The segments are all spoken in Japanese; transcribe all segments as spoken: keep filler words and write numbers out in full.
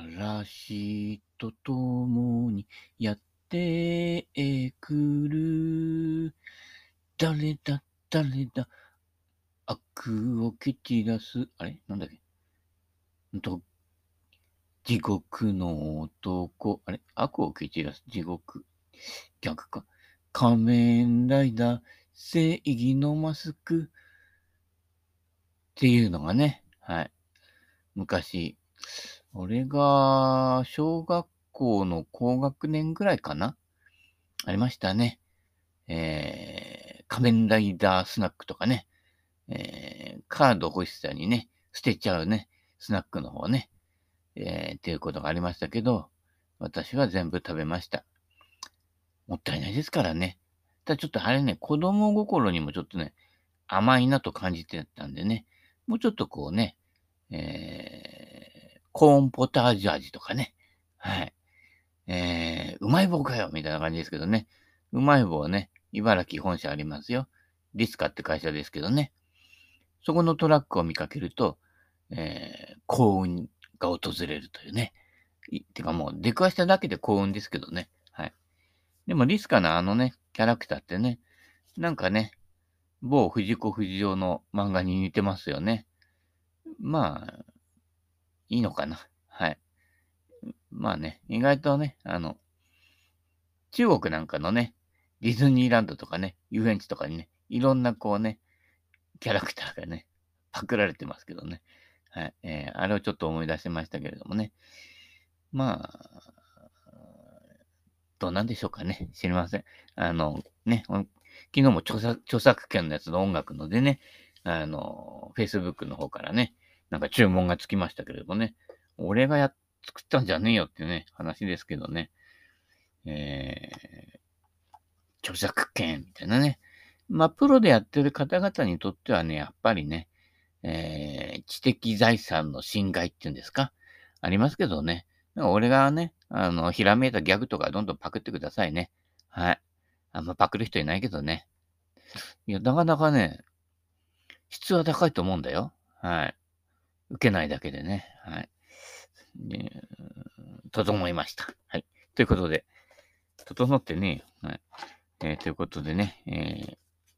嵐とともにやってくる。誰だ、誰だ、悪を蹴散らす。あれなんだっけんと、地獄の男。あれ悪を蹴散らす地獄。逆か。仮面ライダー、正義のマスク。っていうのがね、はい。昔、俺が小学校の高学年ぐらいかなありましたね。えー、仮面ライダースナックとかね、えー、カード欲しさにね、捨てちゃうね、スナックの方ね、えー、っていうことがありましたけど、私は全部食べました。もったいないですからね。ただちょっとあれね、子供心にもちょっとね、甘いなと感じてたんでね、もうちょっとこうね、えー、コーンポタージュ味とかね、はい。えー、うまい棒かよみたいな感じですけどね。うまい棒はね、茨城本社ありますよ。リスカって会社ですけどね。そこのトラックを見かけると、えー、幸運が訪れるというね。いてかもう出くわしただけで幸運ですけどね。はい。でもリスカのあのね、キャラクターってね、なんかね、某藤子不二雄の漫画に似てますよね。まあ、いいのかな。はい。まあね、意外とね、あの、中国なんかのね、ディズニーランドとかね、遊園地とかにね、いろんなこうね、キャラクターがね、パクられてますけどね。はい。えーあれをちょっと思い出しましたけれどもね。まあ、どうなんでしょうかね。知りません。あの、ね、お昨日も著作著作権のやつの音楽のでね、あの、Facebook の方からね、なんか注文がつきましたけれどもね、俺がや作ったんじゃねえよっていうね、話ですけどね。えー著作権みたいなね。まあ、プロでやってる方々にとってはね、やっぱりね、えー知的財産の侵害っていうんですか、ありますけどね。俺がね、あの、ひらめいたギャグとかどんどんパクってくださいね。はい。あんまパクる人いないけどね。いや、なかなかね、質は高いと思うんだよ。はい。受けないだけでね。はい。ね、整いました。はい。ということで、整ってねはい。えーということでね、えー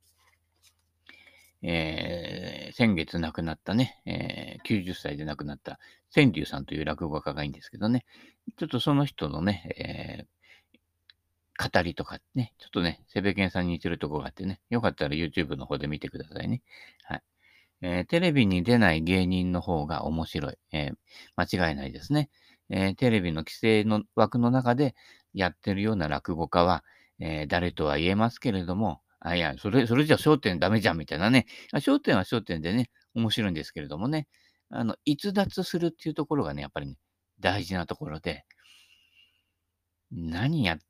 えー先月亡くなったね、えーきゅうじゅっさいで亡くなった川柳さんという落語家がいいんですけどね、ちょっとその人のね、えー語りとかね、ちょっとね、セベケンさんに似てるとこがあってね、よかったら YouTube の方で見てくださいね。はい。えーテレビに出ない芸人の方が面白い。えー間違いないですね。えーテレビの規制の枠の中でやってるような落語家は、えー誰とは言えますけれども、あ、いや、それ、それじゃ笑点ダメじゃんみたいなね。あ笑点は笑点でね、面白いんですけれどもね、あの、逸脱するっていうところがね、やっぱりね、大事なところで、何や、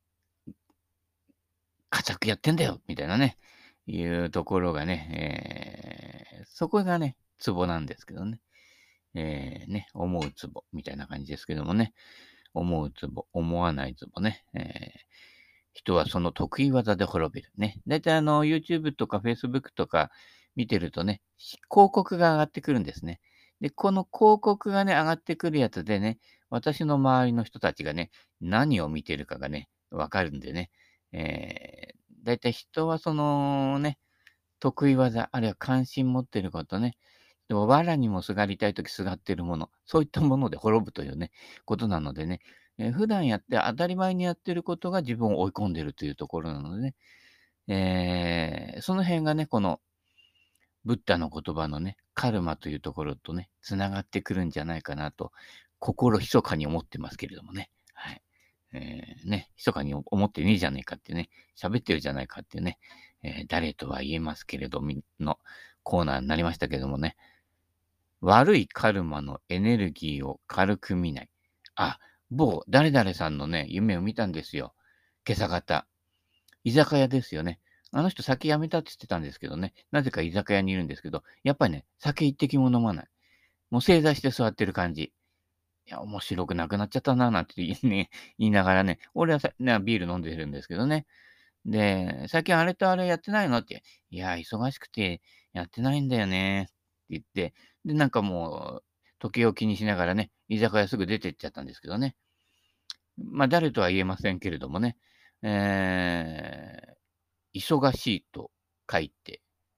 佳作やってんだよみたいなね、いうところがね、えーそこがね、ツボなんですけどね。えー、ね、思うツボみたいな感じですけどもね。思うツボ、思わないツボね。えー、人はその得意技で滅びる。ね。だいたいあの、YouTube とか Facebook とか見てるとね、広告が上がってくるんですね。で、この広告がね、上がってくるやつでね、私の周りの人たちがね、何を見てるかがね、わかるんでね。えー、だいたい人はそのね、得意技、あるいは関心持ってることね、でも、藁にもすがりたいときすがっているもの、そういったもので滅ぶというね、ことなのでね、えー普段やって当たり前にやっていることが自分を追い込んでいるというところなのでね、えーその辺がね、このブッダの言葉のね、カルマというところとね、つながってくるんじゃないかなと、心密かに思ってますけれどもね。はい。えーね、密かに思ってねえじゃねえかってね、喋ってるじゃないかっていうね、えー誰とは言えますけれどみのコーナーになりましたけどもね、悪いカルマのエネルギーを軽く見ない。あ、某誰々さんのね、夢を見たんですよ。今朝方。居酒屋ですよね。あの人酒辞めたって言ってたんですけどね。なぜか居酒屋にいるんですけど、やっぱりね、酒一滴も飲まない。もう正座して座ってる感じ。いや、面白くなくなっちゃったな、なんて言いね、言いながらね、俺はさ、ね、ビール飲んでるんですけどね。で、最近あれとあれやってないのって、いや、忙しくてやってないんだよね。って言って、で、なんかもう、 時計を気にしながらね、居酒屋すぐ出てっちゃったんですけどね。まあ、誰とは言えませんけれどもね、えー、忙しいと書いて、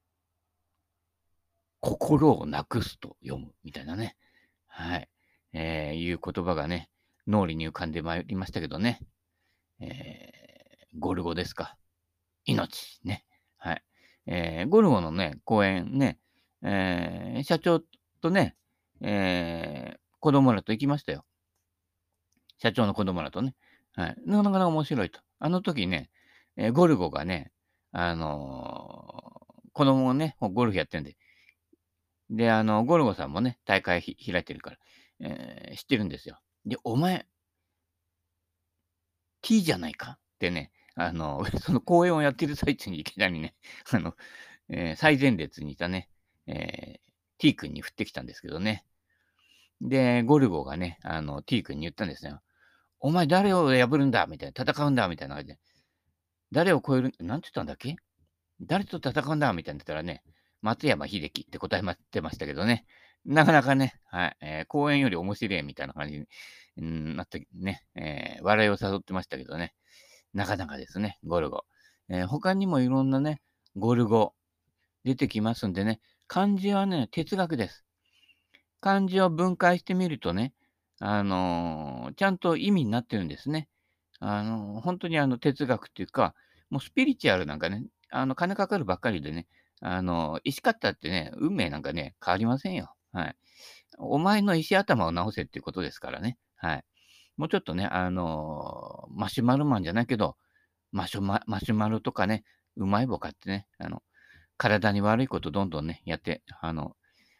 心をなくすと読むみたいなね。はい。えー、いう言葉がね、脳裏に浮かんでまいりましたけどね。えー、ゴルゴですか。命。ね。はい。えー、ゴルゴのね、公演ね、えー、社長とね、えー、子供らと行きましたよ。社長の子供らとね。はい。なかなか面白いと。あの時ね、えーゴルゴがね、あのー子供をね、ゴルフやってんで、で、あの、ゴルゴさんもね、大会ひ開いてるから、えー知ってるんですよ。で、お前、T じゃないかってね、あの、その公演をやってる最中にいきなりね、あの、えー最前列にいたね、えー T 君に振ってきたんですけどね。で、ゴルゴがね、あの、T 君に言ったんですよ。お前誰を破るんだみたいな、戦うんだみたいな感じで。誰を超えるなんて言ったんだっけ誰と戦うんだみたいな言ったらね、松山英樹って答えまってましたけどね。なかなかね、はい、えー公演より面白いみたいな感じに、うん、なってね、えー笑いを誘ってましたけどね。なかなかですね、ゴルゴ。えー他にもいろんなね、ゴルゴ出てきますんでね、漢字はね、哲学です。漢字を分解してみるとね、あの、ちゃんと意味になってるんですね。あの、ほんとにあの、哲学っていうか、もうスピリチュアルなんかね、あの、金かかるばっかりでね、あの、石買ったってね、運命なんかね、変わりませんよ。はい。お前の石頭を直せっていうことですからね。はい。もうちょっとね、あの、マシュマロマンじゃないけど、マシュママシュマロとかね、うまい棒買ってね、あの、体に悪いことどんどんね、やって、あの、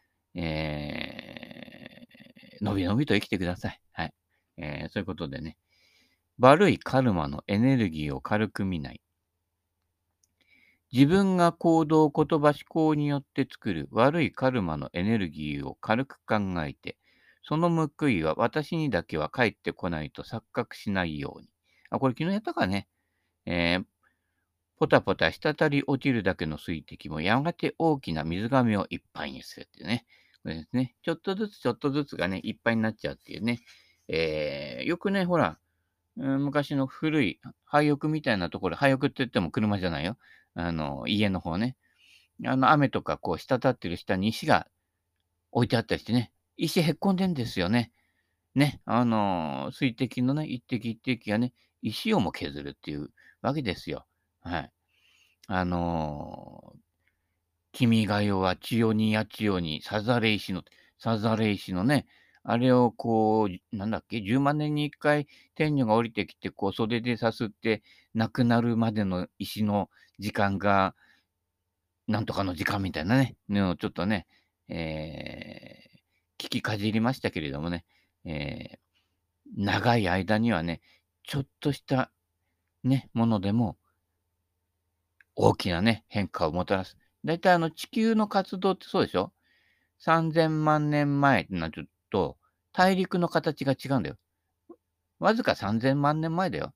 えー、のびのびと生きてください。はい。えー、そういうことでね、悪いカルマのエネルギーを軽く見ない。自分が行動、言葉、思考によって作る悪いカルマのエネルギーを軽く考えて、その報いは私にだけは返ってこないと錯覚しないように。あ、これ昨日やったかね。えー、ポタポタ滴り落ちるだけの水滴もやがて大きな水亀をいっぱいにするっていうね。これですね。ちょっとずつちょっとずつがね、いっぱいになっちゃうっていうね。えー、よくね、ほら、うん、昔の古い廃屋みたいなところ、廃屋って言っても車じゃないよ。あの、家の方ね。あの、雨とかこう、滴ってる下に石が置いてあったりしてね。石へっこんでんですよね。ね。あの、水滴のね、一滴一滴がね、石をも削るっていうわけですよ。はい。あの、君が代は千代にや千代に、さざれ石の、さざれ石のね、あれをこう、なんだっけ、じゅうまん年にいっかい天女が降りてきて、こう袖でさすって、亡くなるまでの石の時間が、なんとかの時間みたいなね、のをちょっとね、えー聞きかじりましたけれどもね、えー長い間にはね、ちょっとしたね、ものでも大きなね、変化をもたらす。だいたいあの地球の活動ってそうでしょ？ さんぜん 万年前ってなると、大陸の形が違うんだよ。わずかさんぜんまん年前だよ。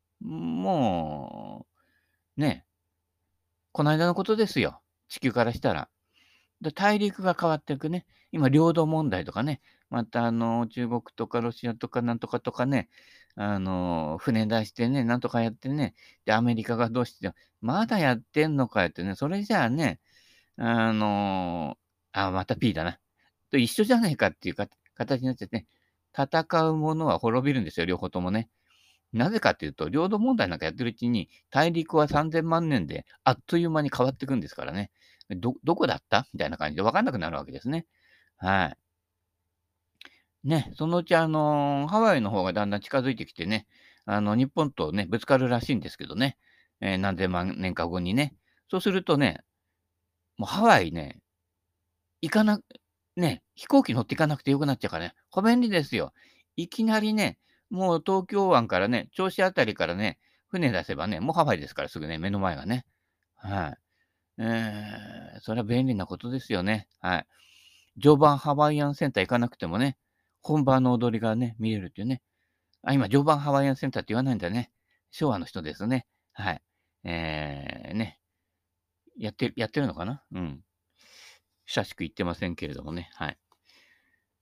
もう、ね、こないだのことですよ。地球からしたら。で、大陸が変わっていくね。今、領土問題とかね、またあの、中国とかロシアとかなんとかとかね、あの、船出してね、なんとかやってね、で、アメリカがどうして、まだやってんのかよってね、それじゃあね、あの、あ、また P だな。と一緒じゃないかっていうか形になっちゃってね、戦う者は滅びるんですよ、両方ともね。なぜかっていうと、領土問題なんかやってるうちに、大陸はさんぜんまん年であっという間に変わっていくんですからね。どどこだったみたいな感じで分かんなくなるわけですね。はい。ね、そのうちあの、ハワイの方がだんだん近づいてきてね、あの、日本とね、ぶつかるらしいんですけどね。えー何千万年か後にね。そうするとね、もうハワイね、行かなね、飛行機乗っていかなくてよくなっちゃうからね、こ便利ですよ。いきなりね、もう東京湾からね、銚子あたりからね、船出せばね、もうハワイですからすぐね、目の前がね。はい。えーそれは便利なことですよね。はい。常磐ハワイアンセンター行かなくてもね、本場の踊りがね、見れるっていうね。あ、今、常磐ハワイアンセンターって言わないんだね。昭和の人ですね。はい。えー、ね、やってやってるのかなうん。久しく言ってませんけれどもね。はい。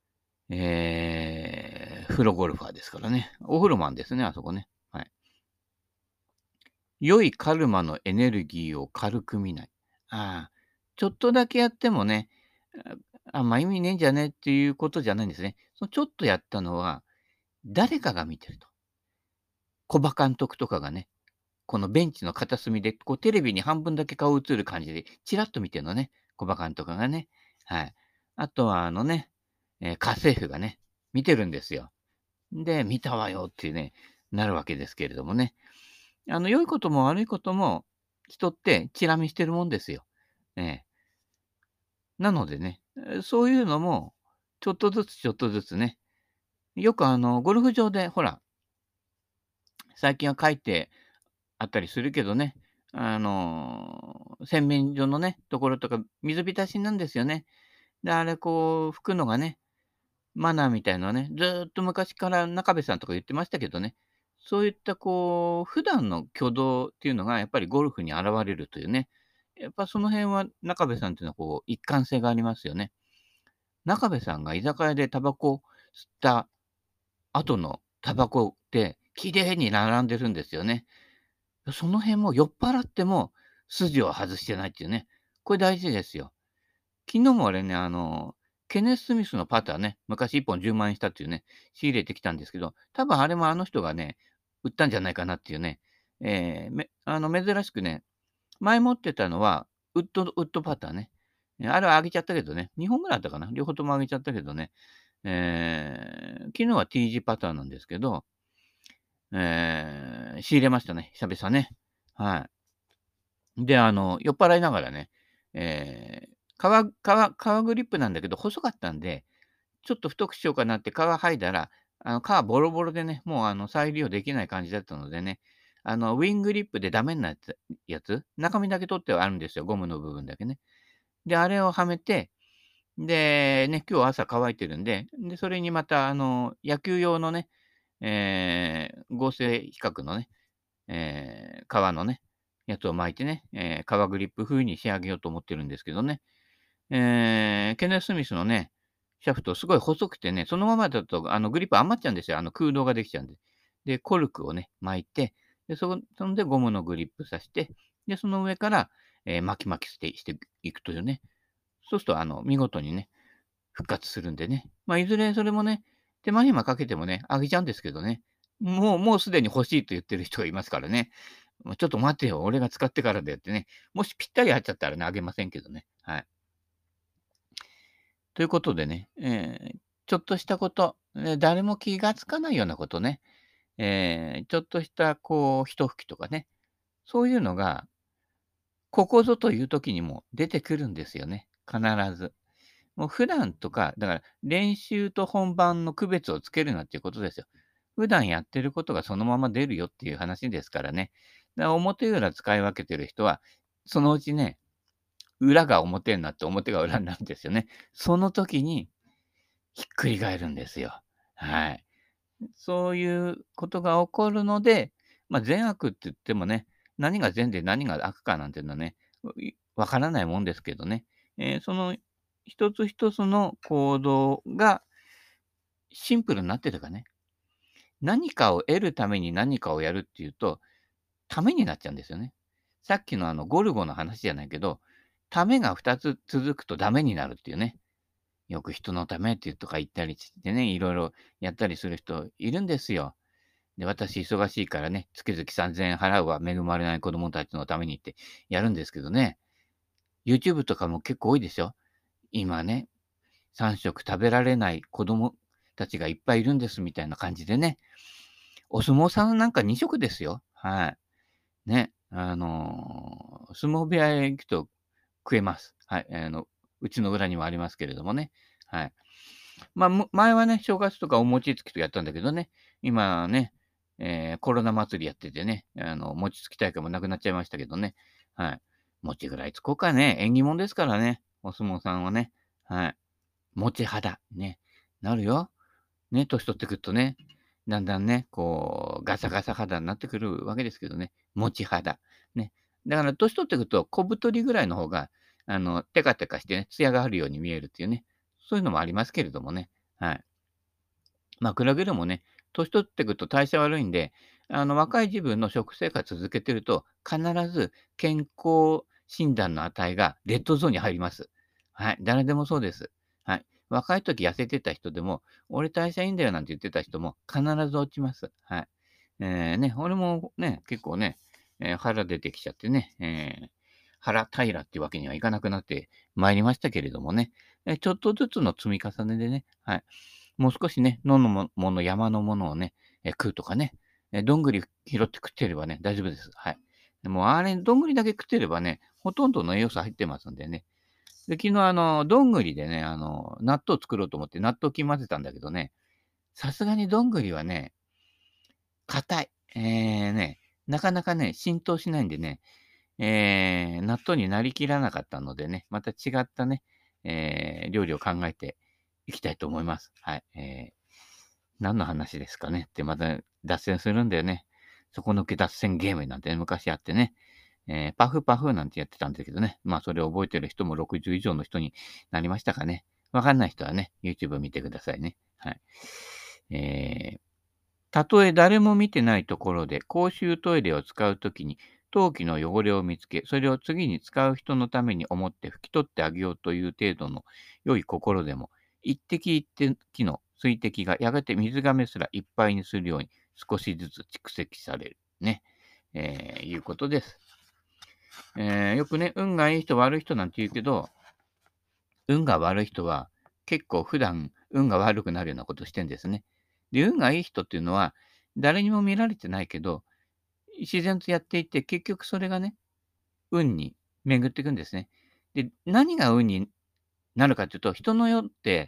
えー、風呂ゴルファーですからね。お風呂マンですね、あそこね。はい。良いカルマのエネルギーを軽く見ない。ああ、ちょっとだけやってもね、あ、あまあ意味ねえんじゃねっていうことじゃないんですね。そのちょっとやったのは、誰かが見てると。古葉監督とかがね、このベンチの片隅で、こうテレビに半分だけ顔映る感じで、チラッと見てるのね、古葉監督がね。はい。あとはあのね、えー家政婦がね、見てるんですよ。で、見たわよってね、なるわけですけれどもね。あの、良いことも悪いことも、人ってチラ見してるもんですよ。ええ。なのでね、え、そういうのも、ちょっとずつちょっとずつね、よくあの、ゴルフ場でほら、最近は書いてあったりするけどね、あの、洗面所のね、ところとか水浸しなんですよね。で、あれこう拭くのがね、マナーみたいのはね、ずーっと昔から中部さんとか言ってましたけどね、そういったこう、普段の挙動っていうのがやっぱりゴルフに現れるというね、やっぱその辺は中部さんっていうのはこう、一貫性がありますよね。中部さんが居酒屋でタバコ吸った後のタバコって綺麗に並んでるんですよね。その辺も酔っ払っても筋を外してないっていうね、これ大事ですよ。昨日もあれね、あの、ケネス・スミスのパターね、昔いっぽんじゅうまん円したっていうね、仕入れてきたんですけど、多分あれもあの人がね、売ったんじゃないかなっていうね、えーめあの、珍しくね、前持ってたのはウッドウッドパターね。えあれはあげちゃったけどね、にほんぐらいあったかな、両方ともあげちゃったけどね、えー昨日は T 字パターなんですけど、えー仕入れましたね、久々ね。はい。で、あの、酔っ払いながらね、えー革革革グリップなんだけど、細かったんで、ちょっと太くしようかなって皮剥いだら、あの、皮ボロボロでね、もうあの、再利用できない感じだったのでね、あの、ウィングリップでダメになったやつ、中身だけ取ってはあるんですよ、ゴムの部分だけね。で、あれをはめて、で、ね、今日朝乾いてるんで、で、それにまたあの、野球用のね、えー合成比較のね、えー革のね、やつを巻いてね、えー革グリップ風に仕上げようと思ってるんですけどね。えーケネス・スミスのね、シャフトすごい細くてね、そのままだとあのグリップ余っちゃうんですよ。あの空洞ができちゃうんで。で、コルクをね、巻いて、で、そこそんでゴムのグリップさして、で、その上から、えー巻き巻きしてしていくというね。そうすると、あの、見事にね、復活するんでね。まあ、いずれそれもね、手間暇かけてもね、あげちゃうんですけどね。もうもうすでに欲しいと言ってる人がいますからね。もうちょっと待ってよ、俺が使ってからだよってね。もしぴったり合っちゃったらね、あげませんけどね。はい。ということでね、えーちょっとしたこと、え、誰も気がつかないようなことね、えーちょっとしたこう、ひと吹きとかね、そういうのが、ここぞという時にも出てくるんですよね、必ず。もう普段とか、だから練習と本番の区別をつけるなっていうことですよ。普段やってることがそのまま出るよっていう話ですからね。だから表裏使い分けてる人は、そのうちね、裏が表になって表が裏になるんですよね。その時にひっくり返るんですよ。はい。そういうことが起こるので、まあ、善悪って言ってもね、何が善で何が悪かなんていうのはね、いわからないもんですけどね。えーその一つ一つの行動がシンプルになってるかね、何かを得るために何かをやるっていうと、ためになっちゃうんですよね。さっきのあのゴルゴの話じゃないけど、ためがふたつ続くとダメになるっていうね。よく人のためっていうとか言ったりしてね、いろいろやったりする人いるんですよ。で、私忙しいからね、月々さんぜんえん払うわ、恵まれない子供たちのためにってやるんですけどね、YouTube とかも結構多いでしょ。今ね、さん食食べられない子供たちがいっぱいいるんですみたいな感じでね、お相撲さんなんかに食ですよ。はい。ね、あの、相撲部屋へ行くと食えます。はい。あの、うちの裏にもありますけれどもね。はい。まあ、む前はね、正月とかお餅つきとかやったんだけどね、今はね、えーコロナ祭りやっててね、あの、餅つき大会もなくなっちゃいましたけどね。はい。餅ぐらいつこうかね。縁起物ですからね。お相撲さんはね。はい。餅肌。ね。なるよ。ね、年取ってくるとね、だんだんね、こう、ガサガサ肌になってくるわけですけどね。餅肌。ね。だから年取ってくると小太りぐらいの方が、あの、テカテカしてね、艶があるように見えるっていうね。そういうのもありますけれどもね。はい。 まあ、くれぐれもね、年取ってくと代謝悪いんで、あの、若い自分の食生活続けてると、必ず健康診断の値がレッドゾーンに入ります。はい、誰でもそうです。はい。若い時痩せてた人でも、俺代謝いいんだよなんて言ってた人も必ず落ちます。はい。えーね、俺もね、結構ね、えー腹出てきちゃってね、えー腹平らっていうわけにはいかなくなってまいりましたけれどもね、えーちょっとずつの積み重ねでね、はい。もう少しね、野のももの、山のものをね、え、食うとかね、え、どんぐり拾って食ってればね、大丈夫です。はい。でもあれ、どんぐりだけ食ってればね、ほとんどの栄養素入ってますんでね。で、昨日あの、どんぐりでね、あの、納豆作ろうと思って納豆菌混ぜたんだけどね、さすがにどんぐりはね、硬い。ええね、なかなかね、浸透しないんでね、えー納豆になりきらなかったのでね、また違ったね、えー料理を考えていきたいと思います。はい。えー何の話ですかねってまた脱線するんだよね。そこ抜け脱線ゲームなんてね、昔あってね、えーパフパフなんてやってたんだけどね、まあそれを覚えてる人もろくじゅう以上の人になりましたかね。わかんない人はね、YouTube 見てくださいね。はい。えーたとえ誰も見てないところで公衆トイレを使うときに陶器の汚れを見つけ、それを次に使う人のために思って拭き取ってあげようという程度の良い心でも、一滴一滴の水滴がやがて水がめすらいっぱいにするように少しずつ蓄積される。ね。えーいうことです。えーよくね、運がいい人悪い人なんて言うけど、運が悪い人は結構普段運が悪くなるようなことしてんですね。で、運がいい人っていうのは誰にも見られてないけど、自然とやっていて、結局それがね、運に巡っていくんですね。で、何が運になるかというと、人の世って、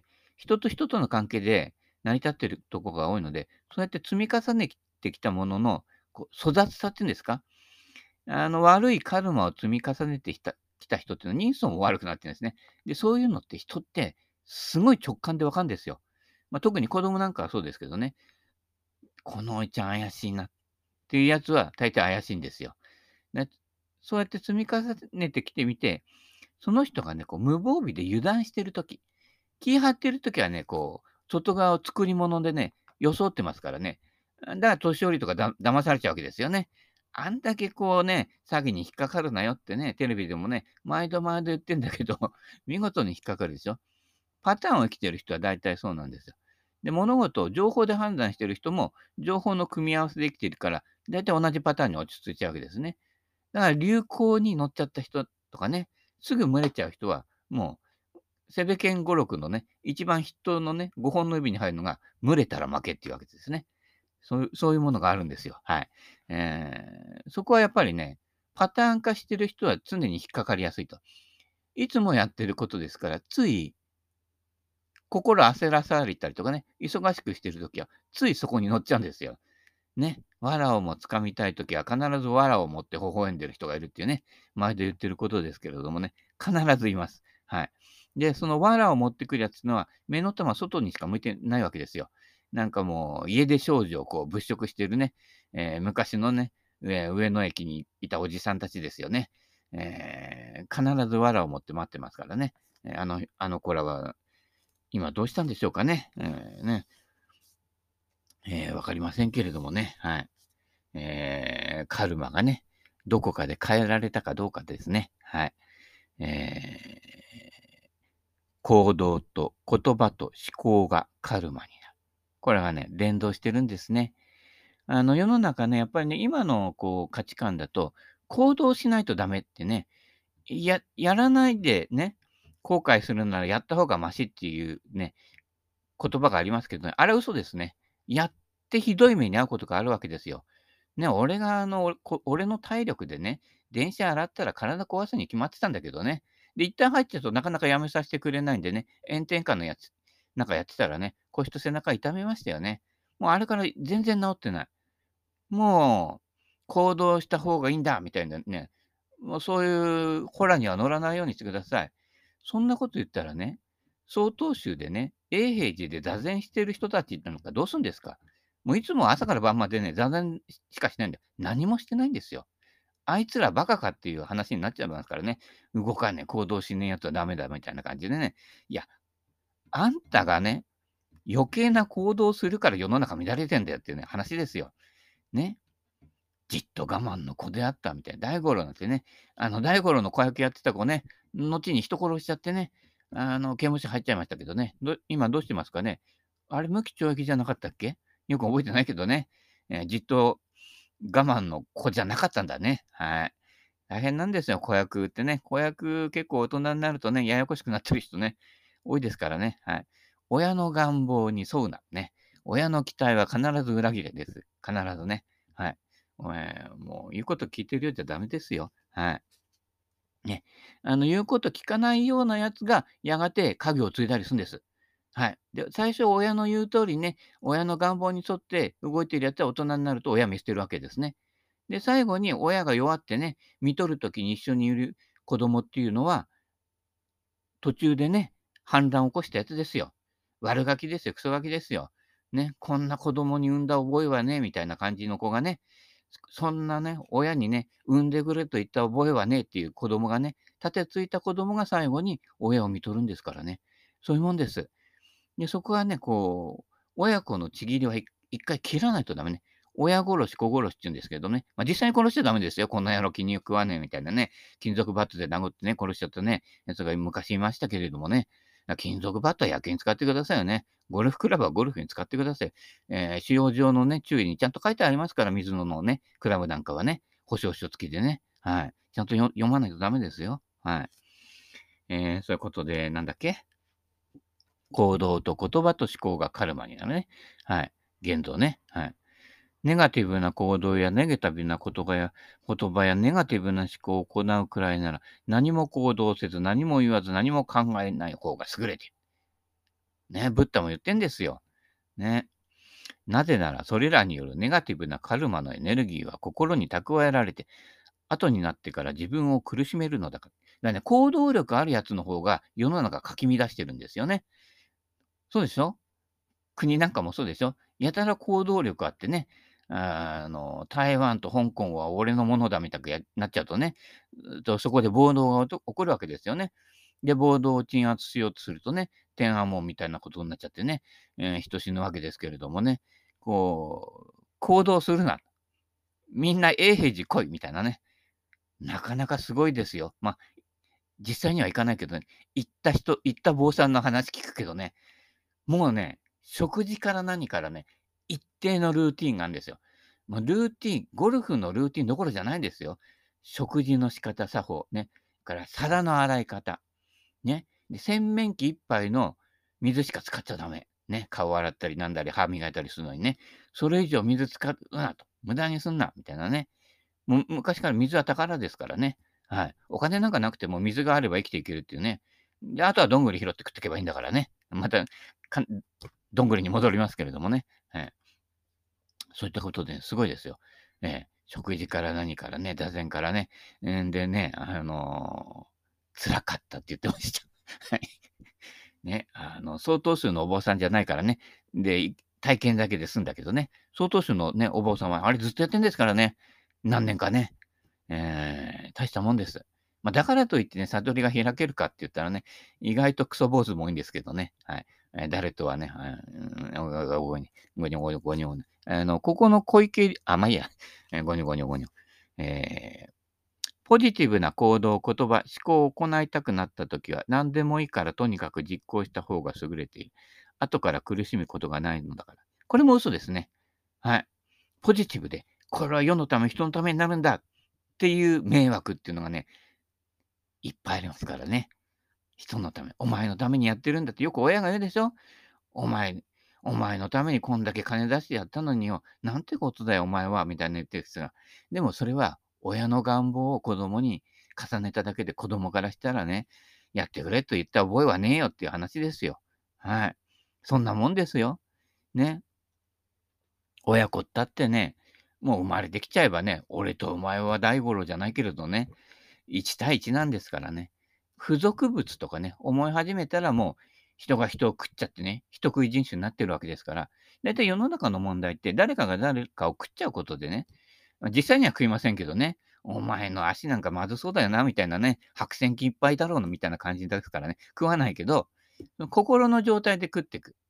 人と人との関係で成り立っているところが多いので、そうやって積み重ねてきたものの、こう粗雑さっていうんですか、あの、悪いカルマを積み重ねてきたきた人っていうのは人相も悪くなってるんですね。で、そういうのって人ってすごい直感でわかるんですよ。まあ、特に子供なんかはそうですけどね、このおいちゃん怪しいなっていうやつは大体怪しいんですよ。ね、そうやって積み重ねてきてみて、その人がね、こう無防備で油断してるとき、気張ってるときはね、こう、外側を作り物でね、装ってますからね。だから年寄りとかだ騙されちゃうわけですよね。あんだけこうね、詐欺に引っかかるなよってね、テレビでもね、毎度毎度言ってんだけど、見事に引っかかるでしょ。パターンを生きてる人は大体そうなんですよ。で、物事を情報で判断してる人も、情報の組み合わせで生きてるから、大体同じパターンに落ち着いちゃうわけですね。だから流行に乗っちゃった人とかね、すぐ群れちゃう人は、もう、セベケン語録のね、一番筆頭のね、ごほんの指に入るのが、群れたら負けっていうわけですね。そういうそういうものがあるんですよ。はい。えーそこはやっぱりね、パターン化してる人は常に引っかかりやすいと。いつもやってることですから、つい心焦らされたりとかね、忙しくしてるときは、ついそこに乗っちゃうんですよ。ね、藁をも掴みたいときは必ず藁を持って微笑んでる人がいるっていうね、毎度言ってることですけれどもね、必ずいます。はい。で、その藁を持ってくるやつっていうのは、目の玉外にしか向いてないわけですよ。なんかもう、家出少女をこう物色してるね、えー昔のね、上上野駅にいたおじさんたちですよね。えー必ず藁を持って待ってますからね。えーあのあの子らは、今どうしたんでしょうかね。えーね、えーわかりませんけれどもね。はい。えーカルマがね、どこかで変えられたかどうかですね。はい。えー行動と言葉と思考がカルマになる。これがね、連動してるんですね。あの、世の中ね、やっぱりね、今のこう価値観だと、行動しないとダメってね、ややらないでね、後悔するならやった方がマシっていうね、言葉がありますけどね、あれ嘘ですね。やってひどい目に遭うことがあるわけですよ。ね、俺があの、おこ俺の体力でね、電車洗ったら体壊すに決まってたんだけどね。で、一旦入っちゃうとなかなかやめさせてくれないんでね、炎天下のやつなんかやってたらね、腰と背中痛めましたよね。もうあれから全然治ってない。もう、行動した方がいいんだみたいなね、もうそういうホラには乗らないようにしてください。そんなこと言ったらね、曹洞宗でね、永平寺で座禅してる人たちなんかどうすんですか。もういつも朝から晩までね、座禅しかしないんだよ。何もしてないんですよ。あいつらバカかっていう話になっちゃいますからね。動かねえ、行動しねえやつはダメだみたいな感じでね。いや、あんたがね、 余計な行動をするから世の中乱れてんだよっていうね、話ですよ。ね。じっと我慢の子であったみたいな。大五郎なんてね、あの、大五郎の子役やってた子ね、後に人殺しちゃってね、あの、刑務所入っちゃいましたけどね、ど今どうしてますかね。あれ、無期懲役じゃなかったっけ？よく覚えてないけどね、えーじっと我慢の子じゃなかったんだね。はい。大変なんですよ、子役ってね。子役結構大人になるとね、ややこしくなってる人ね、多いですからね。はい。親の願望に沿うな。ね。親の期待は必ず裏切れです。必ずね。はい。えーもう言うこと聞いてるようじゃダメですよ。はい。ね。あの、言うこと聞かないようなやつが、やがて家業を継いだりするんです。はい。で、最初親の言う通りね、親の願望に沿って動いているやつは大人になると親見捨てるわけですね。で、最後に親が弱ってね、看取るときに一緒にいる子供っていうのは、途中でね、反乱を起こしたやつですよ。悪ガキですよ、クソガキですよ。ね、こんな子供に産んだ覚えはね、みたいな感じの子がね、そんなね、親にね、産んでくれと言った覚えはねえっていう子供がね、立てついた子供が最後に親を看取るんですからね。そういうもんです。で、そこはね、こう、親子のちぎりはい一回切らないとダメね。親殺し、子殺しって言うんですけどね。まあ、実際に殺しちゃダメですよ。こんな野郎気に食わねえみたいなね。金属バットで殴ってね、殺しちゃったね、やつが昔いましたけれどもね。金属バットは野球に使ってくださいよね。ゴルフクラブはゴルフに使ってください。えー使用上のね、注意にちゃんと書いてありますから、水野のね、クラブなんかはね、保証書付きでね。はい。ちゃんとよ読まないとダメですよ。はい。えーそういうことで、なんだっけ行動と言葉と思考がカルマになるね。はい。言動ね。はい。ネガティブな行動やネガティブな言葉や言葉やネガティブな思考を行うくらいなら、何も行動せず、何も言わず、何も考えない方が優れている。ね。ブッダも言ってんですよ。ね。なぜなら、それらによるネガティブなカルマのエネルギーは心に蓄えられて、後になってから自分を苦しめるのだから。だからね、行動力あるやつの方が世の中かき乱してるんですよね。そうでしょ？国なんかもそうでしょ。やたら行動力あってね、あの、台湾と香港は俺のものだみたくやなっちゃうとね、うとそこで暴動がおと起こるわけですよね。で、暴動を鎮圧しようとするとね、天安門みたいなことになっちゃってね、えー人死ぬわけですけれどもね、こう、行動するな。みんな永平寺来いみたいなね。なかなかすごいですよ。まあ、実際には行かないけどね、行った人、行った坊さんの話聞くけどね、もうね、食事から何からね、一定のルーティンがあるんですよ。もうルーティン、ゴルフのルーティンどころじゃないんですよ。食事の仕方、作法、ね。から皿の洗い方、ね。で、洗面器一杯の水しか使っちゃダメ。ね。顔洗ったりなんだり、歯磨いたりするのにね。それ以上水使うなと。無駄にすんな、みたいなね。む昔から水は宝ですからね。はい。お金なんかなくても水があれば生きていけるっていうね。で、あとはどんぐり拾って食っていけばいいんだからね。また、かどんぐりに戻りますけれどもね。ええ、そういったことで、すごいですよ。ええ、食事から何からね、座禅からね。んでね、あの、辛かったって言ってました。はい。ね、あの、曹洞宗のお坊さんじゃないからね。で、体験だけで済んだけどね。曹洞宗のね、お坊さんは、あれずっとやってんですからね。何年かね。ええ、大したもんです。まあ、だからといってね、悟りが開けるかって言ったらね、意外とクソ坊主も多いんですけどね。はい。え、誰とはね、はい、うん、おおごにごにょごにょごにょ。あの、ここの小池あ、まあ、いいや。え、ごにょごにょごにょ。えーポジティブな行動、言葉、思考を行いたくなったときは、何でもいいからとにかく実行した方が優れている。後から苦しむことがないのだから。これも嘘ですね。はい。ポジティブで、これは世のため、人のためになるんだっていう迷惑っていうのがね、いっぱいありますからね。人のため、お前のためにやってるんだってよく親が言うでしょ。お前、お前のためにこんだけ金出してやったのによ、なんてことだよ、お前は、みたいな言ってる人が。でもそれは、親の願望を子供に重ねただけで子供からしたらね、やってくれと言った覚えはねえよっていう話ですよ。はい。そんなもんですよ。ね。親子ったってね、もう生まれてきちゃえばね、俺とお前は大五郎じゃないけれどね、いち対いちなんですからね。付属物とかね、思い始めたらもう人が人を食っちゃってね、人食い人種になってるわけですから、だいたい世の中の問題って誰かが誰かを食っちゃうことでね、まあ実際には食いませんけどね、お前の足なんかまずそうだよな、みたいなね、白線金いっぱいだろうのみたいな感じですからね、食わないけど、心の状態で食っていく。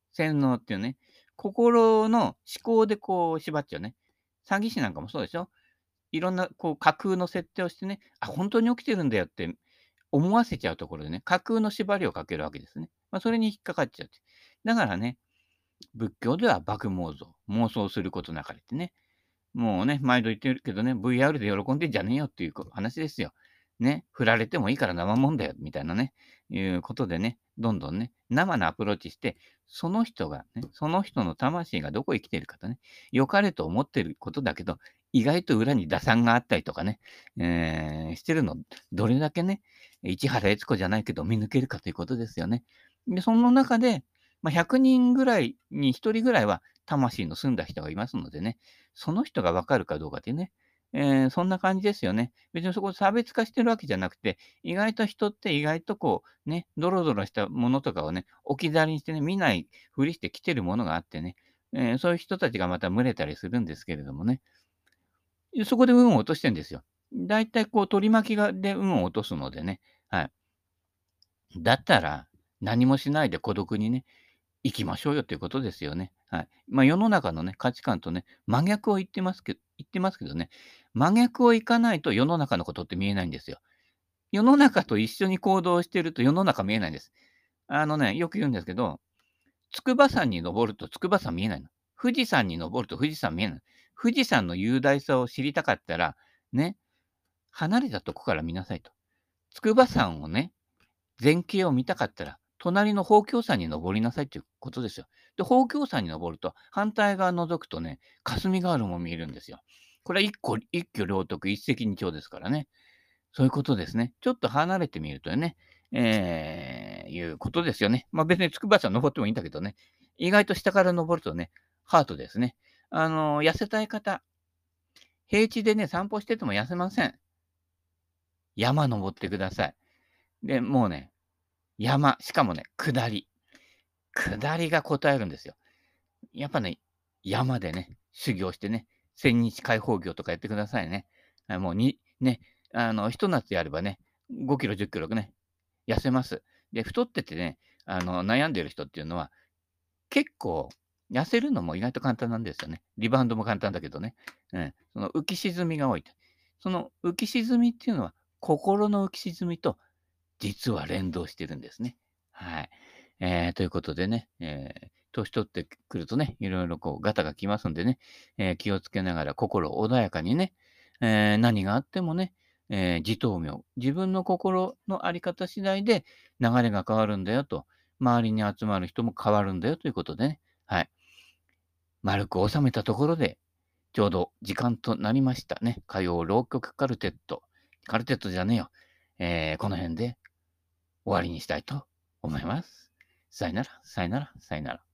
洗脳っていうね、心の思考でこう縛っちゃうね。詐欺師なんかもそうでしょ。いろんなこう架空の設定をしてね、あ、本当に起きてるんだよって思わせちゃうところでね、架空の縛りをかけるわけですね。まあ、それに引っかかっちゃって。だからね、仏教では幕妄想、妄想することなかれってね、もうね、毎度言ってるけどね、ブイアール で喜んでんじゃねえよっていうこ話ですよ。ね、振られてもいいから生もんだよみたいなね、いうことでね、どんどんね、生のアプローチして、その人がね、その人の魂がどこへ来ているかとね、良かれと思ってることだけど、意外と裏に打算があったりとかね、えーしてるの、どれだけね、市原悦子じゃないけど見抜けるかということですよね。で、その中で、まあ、ひゃくにんぐらいにひとりぐらいは魂の澄んだ人がいますのでね、その人が分かるかどうかってね、えーそんな感じですよね。別にそこ差別化してるわけじゃなくて、意外と人って意外とこう、ね、ドロドロしたものとかをね、置き去りにしてね、見ないふりして来てるものがあってね、えーそういう人たちがまた群れたりするんですけれどもね、そこで運を落としてんですよ。だいたいこう取り巻きがで運を落とすのでね、はい。だったら、何もしないで孤独にね、行きましょうよということですよね。はい。まあ、世の中のね、価値観とね、真逆を言ってますけ言ってますけどね、真逆を行かないと世の中のことって見えないんですよ。世の中と一緒に行動してると世の中見えないんです。あのね、よく言うんですけど、筑波山に登ると筑波山見えないの。富士山に登ると富士山見えない。富士山の雄大さを知りたかったら、ね、離れたとこから見なさいと。筑波山をね、全景を見たかったら、隣の宝鏡山に登りなさいっていうことですよ。で、宝鏡山に登ると、反対側覗くとね、霞ヶ浦も見えるんですよ。これは一個一挙両得、一石二鳥ですからね。そういうことですね。ちょっと離れてみるとね、えー、いうことですよね。まあ別に筑波山登ってもいいんだけどね、意外と下から登るとね、ハートですね。あの、痩せたい方、平地でね、散歩してても痩せません。山登ってください。で、もうね、山、しかもね、下り。下りが答えるんですよ。やっぱね、山でね、修行してね、千日開放業とかやってくださいね。あ、もうにね、あの、一夏やればね、ごキロ、じゅっキロね、痩せます。で、太っててね、あの、悩んでる人っていうのは、結構痩せるのも意外と簡単なんですよね。リバウンドも簡単だけどね。うん。その浮き沈みが多いと。その浮き沈みっていうのは、心の浮き沈みと実は連動してるんですね。はい。えーということでね、えー年取ってくるとね、いろいろこうガタが来ますんでね、えー気をつけながら心穏やかにね、えー何があってもね、えー自灯明、自分の心のあり方次第で流れが変わるんだよと、周りに集まる人も変わるんだよということでね、はい。丸く収めたところで、ちょうど時間となりましたね。火曜浪曲カルテット。カルテットじゃねえよ。えーこの辺で終わりにしたいと思います。さよなら、さよなら、さよなら。